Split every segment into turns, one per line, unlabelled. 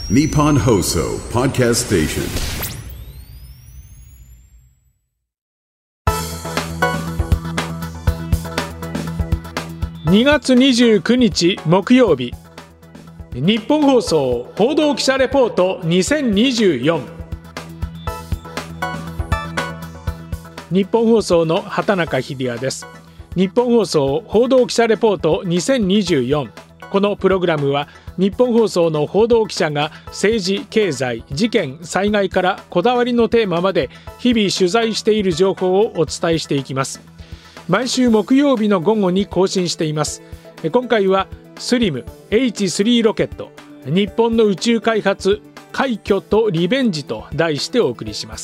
Nippon Hoso Podcast Station。
2月29日木曜日、日本放送報道記者レポート2024。日本放送の畑中秀也です。日本放送報道記者レポート2024。このプログラムは日本放送の報道記者が政治、経済、事件、災害からこだわりのテーマまで日々取材している情報をお伝えしていきます。毎週木曜日の午後に更新しています。今回はスリム H3 ロケット、日本の宇宙開発快挙とリベンジと題してお送りします。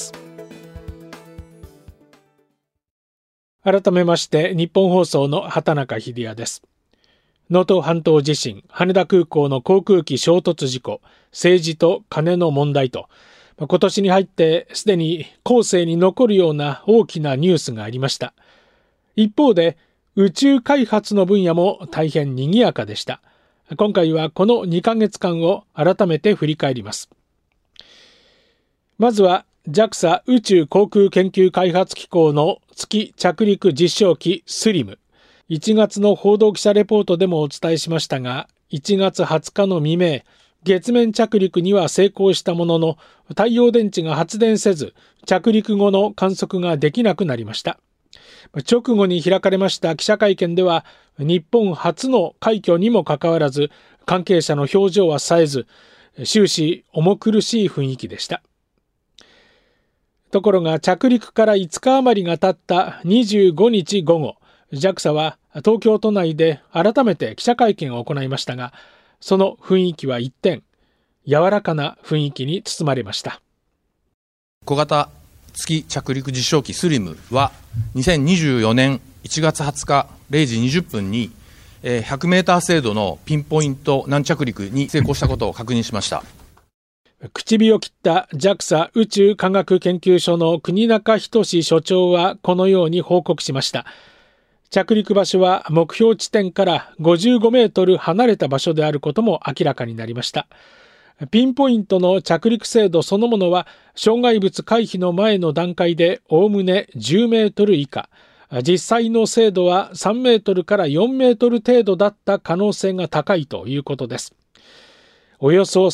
改めまして日本放送の畑中秀也です。能登半島地震、羽田空港の航空機衝突事故、政治と金の問題と、今年に入ってすでに後世に残るような大きなニュースがありました。一方で宇宙開発の分野も大変賑やかでした。今回はこの2ヶ月間を改めて振り返ります。まずは JAXA 宇宙航空研究開発機構の月着陸実証機スリム。1月の報道記者レポートでもお伝えしましたが、1月20日の未明、月面着陸には成功したものの、太陽電池が発電せず、着陸後の観測ができなくなりました。直後に開かれました記者会見では、日本初の快挙にもかかわらず、関係者の表情は冴えず、終始重苦しい雰囲気でした。ところが着陸から5日余りが経った25日午後、JAXA は東京都内で改めて記者会見を行いましたが、その雰囲気は一転、柔らかな雰囲気に包まれました。
小型月着陸実証機スリムは2024年1月20日0時20分に100メーター精度のピンポイント難着陸に成功したことを確認しました。
口火を切った JAXA 宇宙科学研究所の国中仁所長はこのように報告しました。着陸場所は目標地点から55メートル離れた場所であることも明らかになりました。ピンポイントの着陸精度そのものは障害物回避の前の段階でおおむね10メートル以下、実際の精度は3メートルから4メートル程度だった可能性が高いということです。およそ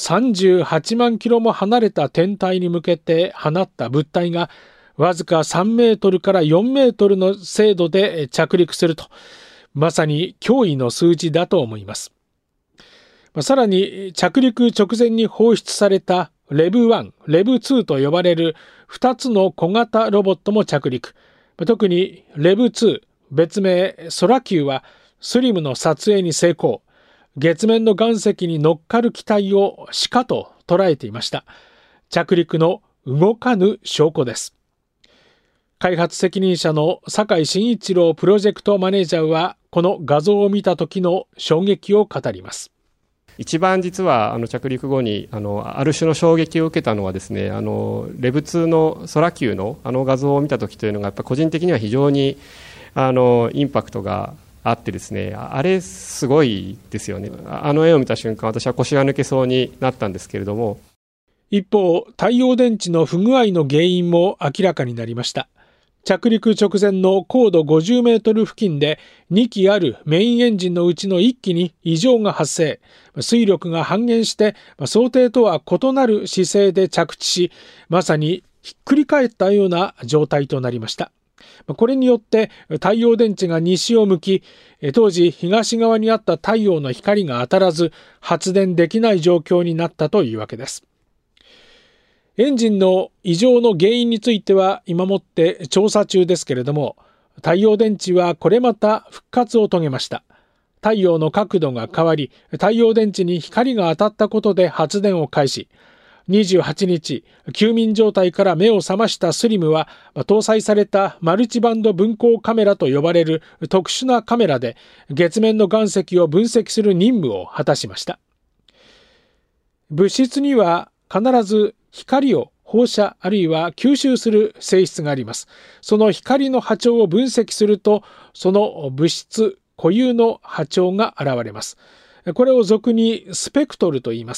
38万キロも離れた天体に向けて放った物体がわずか3メートルから4メートルの精度で着陸すると、まさに驚異の数字だと思います。さらに着陸直前に放出されたレブ1、レブ2と呼ばれる2つの小型ロボットも着陸。特にレブ2、別名ソラキューはスリムの撮影に成功。月面の岩石に乗っかる機体をしかと捉えていました。着陸の動かぬ証拠です。開発責任者の酒井真一郎プロジェクトマネージャーはこの画像を見た時の衝撃を語ります。
一番実は着陸後にある種の衝撃を受けたのはですね、レブ2のソラキューの画像を見た時というのがやっぱ個人的には非常にインパクトがあってですね、あれすごいですよね。絵を見た瞬間私は腰が抜けそうになったんですけれども、
一方太陽電池の不具合の原因も明らかになりました。着陸直前の高度50メートル付近で2機あるメインエンジンのうちの1機に異常が発生。推力が半減して想定とは異なる姿勢で着地し、まさにひっくり返ったような状態となりました。これによって太陽電池が西を向き、当時東側にあった太陽の光が当たらず発電できない状況になったというわけです。エンジンの異常の原因については今もって調査中ですけれども、太陽電池はこれまた復活を遂げました。太陽の角度が変わり、太陽電池に光が当たったことで発電を開始。28日、休眠状態から目を覚ましたスリムは、搭載されたマルチバンド分光カメラと呼ばれる特殊なカメラで月面の岩石を分析する任務を果たしました。物質には必ず光を放射あるいは吸収する性質があります。その光の波長を分析すると、その物質固有の波長が現れます。これを俗にスペクトルと言います。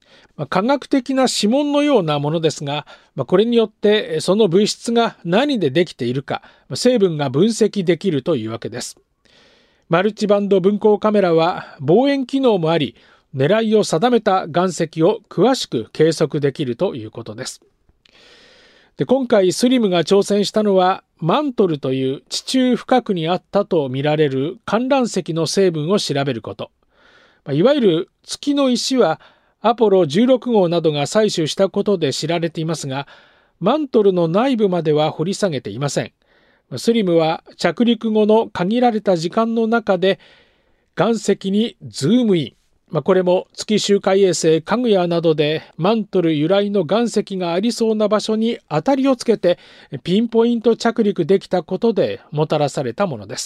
科学的な指紋のようなものですが、これによってその物質が何でできているか、成分が分析できるというわけです。マルチバンド分光カメラは望遠機能もあり、狙いを定めた岩石を詳しく計測できるということです。で、今回スリムが挑戦したのは、マントルという地中深くにあったとみられる観覧石の成分を調べること。いわゆる月の石はアポロ16号などが採取したことで知られていますが、マントルの内部までは掘り下げていません。スリムは着陸後の限られた時間の中で岩石にズームイン。これも月周回衛星かぐやなどでマントル由来の岩石がありそうな場所に当たりをつけてピンポイント着陸できたことでもたらされたものです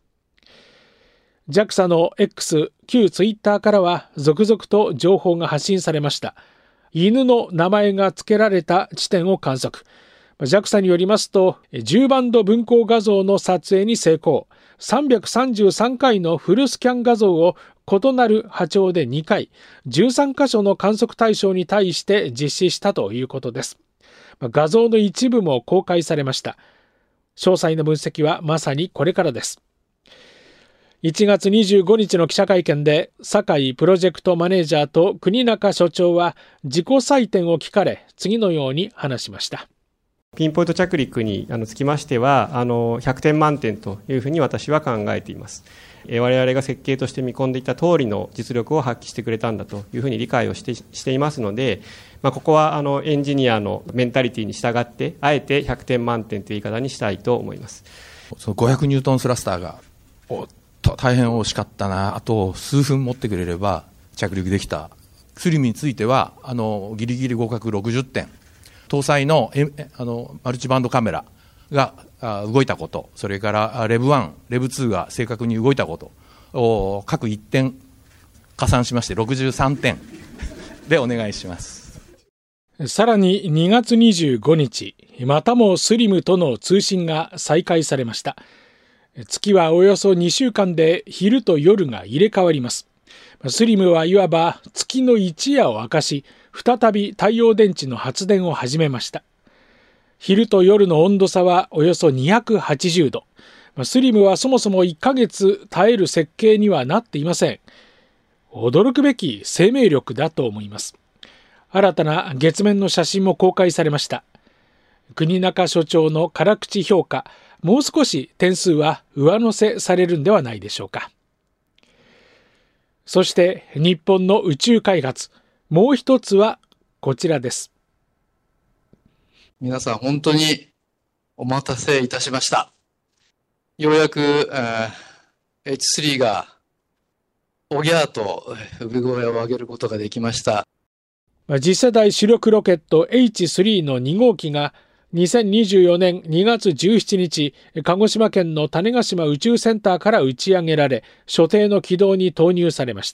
。JAXA の X 旧ツイッターからは続々と情報が発信されました。犬の名前が付けられた地点を観測。JAXA によりますと、10バンド分光画像の撮影に成功。333回のフルスキャン画像を異なる波長で2回、13カ所の観測対象に対して実施したということです。画像の一部も公開されました。詳細な分析はまさにこれからです。1月25日の記者会見で、酒井プロジェクトマネージャーと国中所長は自己採点を聞かれ、次のように話しました。
ピンポイント着陸につきましては、100点満点というふうに私は考えています。我々が設計として見込んでいた通りの実力を発揮してくれたんだというふうに理解をしていますので、ここはエンジニアのメンタリティに従って、あえて100点満点という言い方にしたいと思います。
その500ニュートンスラスターが大変惜しかったな、あと数分持ってくれれば着陸できた。スリムについてはギリギリ合格60点、搭載のマルチバンドカメラが動いたこと、それからレブ1、レブ2が正確に動いたことを各1点加算しまして63点でお願いします。
さらに2月25日、またもスリムとの通信が再開されました。月はおよそ2週間で昼と夜が入れ替わります。スリムはいわば月の一夜を明かし、再び太陽電池の発電を始めました。昼と夜の温度差はおよそ280度。スリムはそもそも1ヶ月耐える設計にはなっていません。驚くべき生命力だと思います。新たな月面の写真も公開されました。国中所長の辛口評価、もう少し点数は上乗せされるんではないでしょうか。そして日本の宇宙開発、もう一つはこちらです。
皆さん本当にお待たせいたしました。ようやく、H3 がおぎゃーと産声を上げることができました。
次世代主力ロケット H3 の2号機が2024年2月17日、鹿児島県の種子島宇宙センターから打ち上げられ、所定の軌道に投入されました。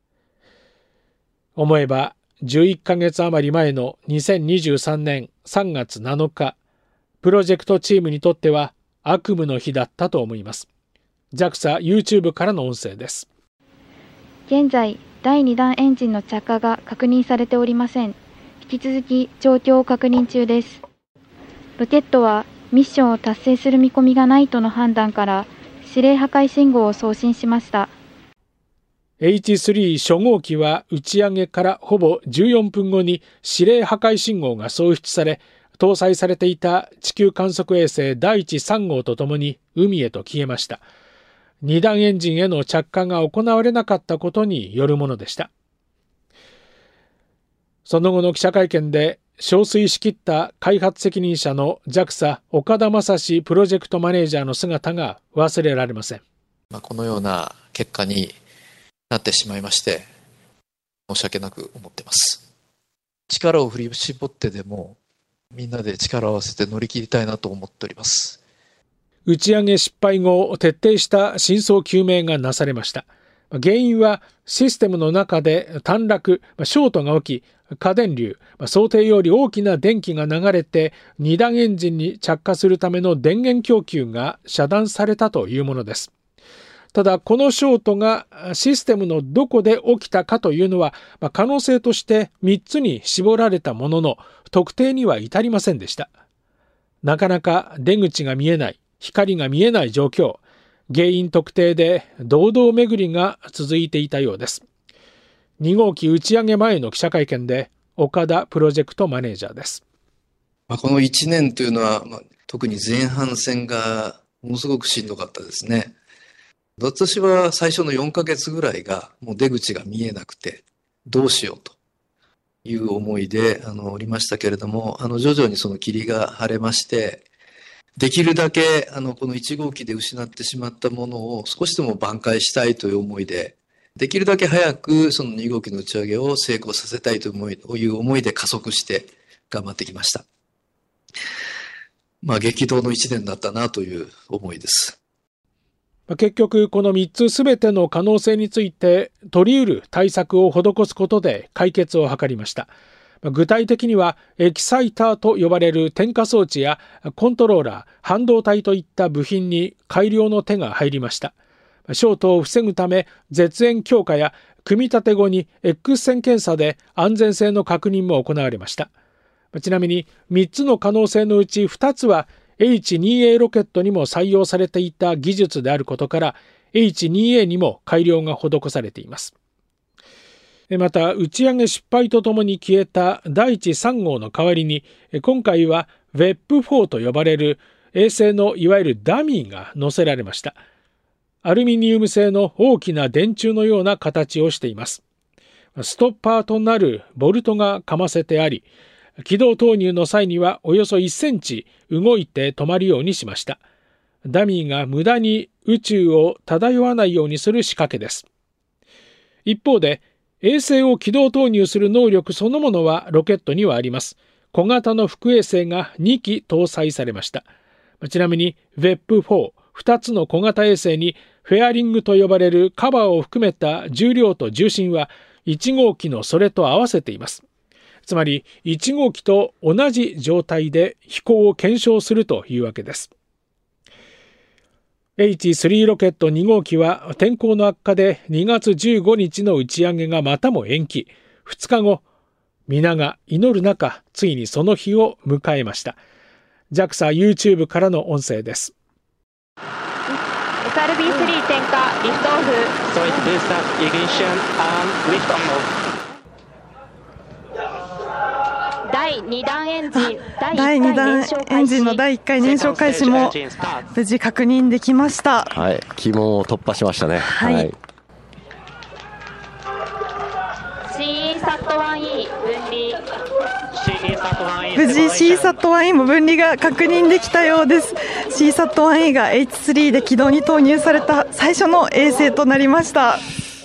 思えば11ヶ月余り前の2023年3月7日、プロジェクトチームにとっては悪夢の日だったと思います。JAXA YouTube からの音声です。
現在、第2弾エンジンの着火が確認されておりません。引き続き状況を確認中です。ロケットはミッションを達成する見込みがないとの判断から指令破壊信号を送信しました。
H3 初号機は打ち上げからほぼ14分後に指令破壊信号が送出され、搭載されていた地球観測衛星だいち3号とともに海へと消えました。2段エンジンへの着火が行われなかったことによるものでした。その後の記者会見で憔悴しきった開発責任者の JAXA 岡田正史プロジェクトマネージャーの姿が忘れられません。
このような結果になってしまいまして申し訳なく思っています。力を振り絞ってでもみんなで力を合わせて乗り切りたいなと思っております。
打ち上げ失敗後、徹底した真相究明がなされました。原因はシステムの中で短絡、ショートが起き、過電流、想定より大きな電気が流れて2段エンジンに着火するための電源供給が遮断されたというものです。 ただこのショートがシステムのどこで起きたかというのは、可能性として3つに絞られたものの特定には至りませんでした。なかなか出口が見えない、光が見えない状況、原因特定で堂々巡りが続いていたようです。2号機打ち上げ前の記者会見で岡田プロジェクトマネージャーです。
この1年というのは、特に前半戦がものすごくしんどかったですね。私は最初の4ヶ月ぐらいがもう出口が見えなくてどうしようという思いでおりましたけれども、徐々にその霧が晴れまして、できるだけこの1号機で失ってしまったものを少しでも挽回したいという思いで、できるだけ早くその2号機の打ち上げを成功させたいという思いで加速して頑張ってきました。激動の1年だったなという思いです。
結局この3つすべての可能性について取り得る対策を施すことで解決を図りました。具体的にはエキサイターと呼ばれる点火装置やコントローラー、半導体といった部品に改良の手が入りました。ショートを防ぐため絶縁強化や組み立て後に X 線検査で安全性の確認も行われました。ちなみに3つの可能性のうち2つは H2A ロケットにも採用されていた技術であることから H2A にも改良が施されています。また打ち上げ失敗とともに消えた第一3号の代わりに今回は WEP4 と呼ばれる衛星のいわゆるダミーが載せられました。アルミニウム製の大きな電柱のような形をしています。ストッパーとなるボルトがかませてあり、軌道投入の際にはおよそ1センチ動いて止まるようにしました。ダミーが無駄に宇宙を漂わないようにする仕掛けです。一方で衛星を軌道投入する能力そのものはロケットにはあります。小型の副衛星が2機搭載されました。ちなみに WEP4、2つの小型衛星にフェアリングと呼ばれるカバーを含めた重量と重心は1号機のそれと合わせています。つまり1号機と同じ状態で飛行を検証するというわけです。H3 ロケット2号機は天候の悪化で2月15日の打ち上げがまたも延期。2日後、皆が祈る中、ついにその日を迎えました。JAXA YouTube からの音声です。
SRB3 点火、リフトオフ。Solid booster ignition and lift off。第2弾エンジンの第1回燃焼開始も無事確認できました。
はい、鬼門を突破しましたね。
はい。CSAT-1E 分離。無事 CSAT-1E も分離が確認できたようです。CSAT-1E が H3 で軌道に投入された最初の衛星となりました。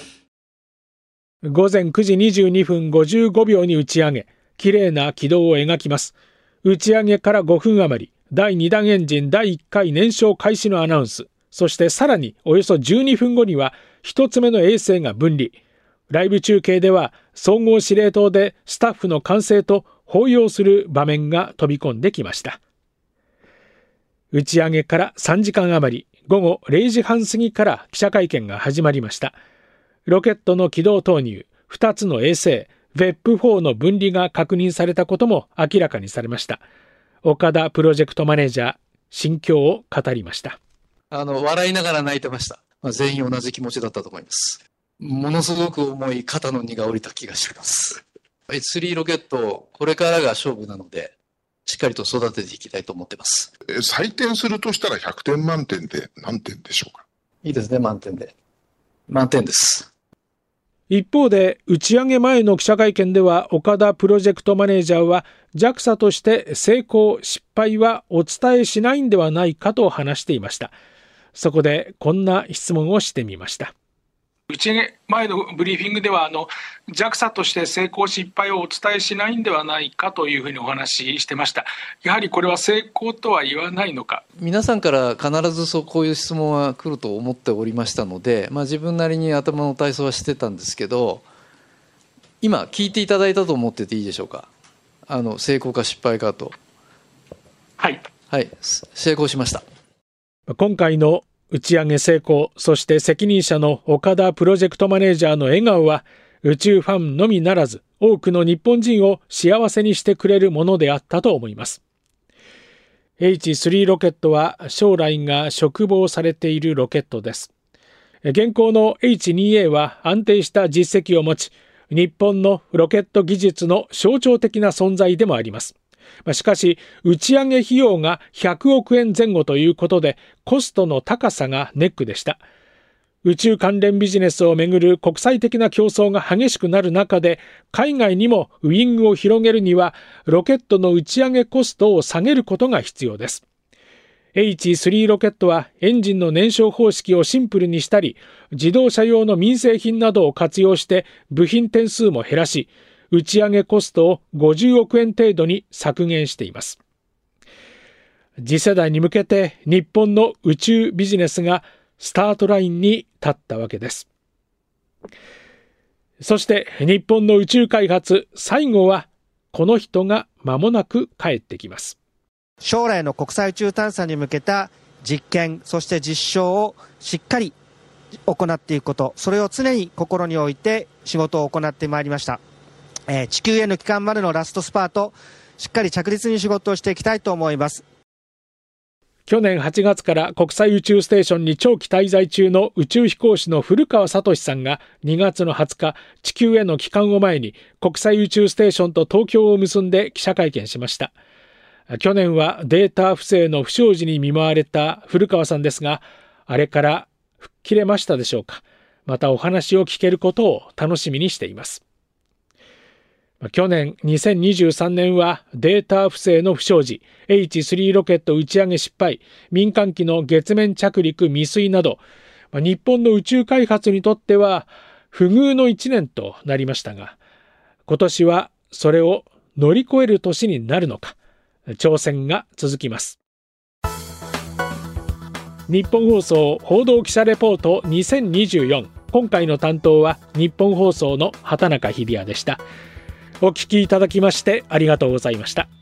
午前9時22分55秒に打ち上げ、綺麗な軌道を描きます。打ち上げから5分余り、第2弾エンジン第1回燃焼開始のアナウンス、そしてさらにおよそ12分後には1つ目の衛星が分離。ライブ中継では総合司令塔でスタッフの歓声と抱擁する場面が飛び込んできました。打ち上げから3時間余り、午後0時半過ぎから記者会見が始まりました。ロケットの軌道投入、2つの衛星、WEP4 の分離が確認されたことも明らかにされました。岡田プロジェクトマネージャー、心境を語りました。
笑いながら泣いてました。全員同じ気持ちだったと思います。ものすごく重い肩の荷が下りた気がします。H3 ロケット、これからが勝負なので、しっかりと育てていきたいと思ってます。
採点するとしたら100点満点で何点でしょうか？
いいですね、満点で。満点です。
一方で打ち上げ前の記者会見では岡田プロジェクトマネージャーは JAXA として成功失敗はお伝えしないんではないかと話していました。そこでこんな質問をしてみました。
打ち上げ前のブリーフィングではJAXA として成功失敗をお伝えしないんではないかというふうにお話ししてました。やはりこれは成功とは言わないのか。
皆さんから必ずこういう質問は来ると思っておりましたので、自分なりに頭の体操はしてたんですけど、今聞いていただいたと思ってていいでしょうか。成功か失敗かと。
はい、
成功しました。
今回の打ち上げ成功、そして責任者の岡田プロジェクトマネージャーの笑顔は宇宙ファンのみならず多くの日本人を幸せにしてくれるものであったと思います。H3 ロケットは将来が嘱望されているロケットです。現行の H2A は安定した実績を持ち、日本のロケット技術の象徴的な存在でもあります。しかし、打ち上げ費用が100億円前後ということで、コストの高さがネックでした。宇宙関連ビジネスをめぐる国際的な競争が激しくなる中で、海外にもウイングを広げるには、ロケットの打ち上げコストを下げることが必要です。H3 ロケットはエンジンの燃焼方式をシンプルにしたり、自動車用の民生品などを活用して部品点数も減らし、打ち上げコストを50億円程度に削減しています。次世代に向けて日本の宇宙ビジネスがスタートラインに立ったわけです。そして日本の宇宙開発、最後はこの人が間もなく帰ってきます。
将来の国際宇宙探査に向けた実験、そして実証をしっかり行っていくこと、それを常に心に置いて仕事を行ってまいりました。地球への帰還までのラストスパート、しっかり着実に仕事をしていきたいと思います。
去年8月から国際宇宙ステーションに長期滞在中の宇宙飛行士の古川聡さんが2月の20日、地球への帰還を前に国際宇宙ステーションと東京を結んで記者会見しました。去年はデータ不正の不祥事に見舞われた古川さんですが、あれから吹っ切れましたでしょうか。またお話を聞けることを楽しみにしています。去年2023年はデータ不正の不祥事、H3 ロケット打ち上げ失敗、民間機の月面着陸未遂など、日本の宇宙開発にとっては不遇の1年となりましたが、今年はそれを乗り越える年になるのか、挑戦が続きます。日本放送報道記者レポート2024、今回の担当は日本放送の畑中日比谷でした。お聞きいただきましてありがとうございました。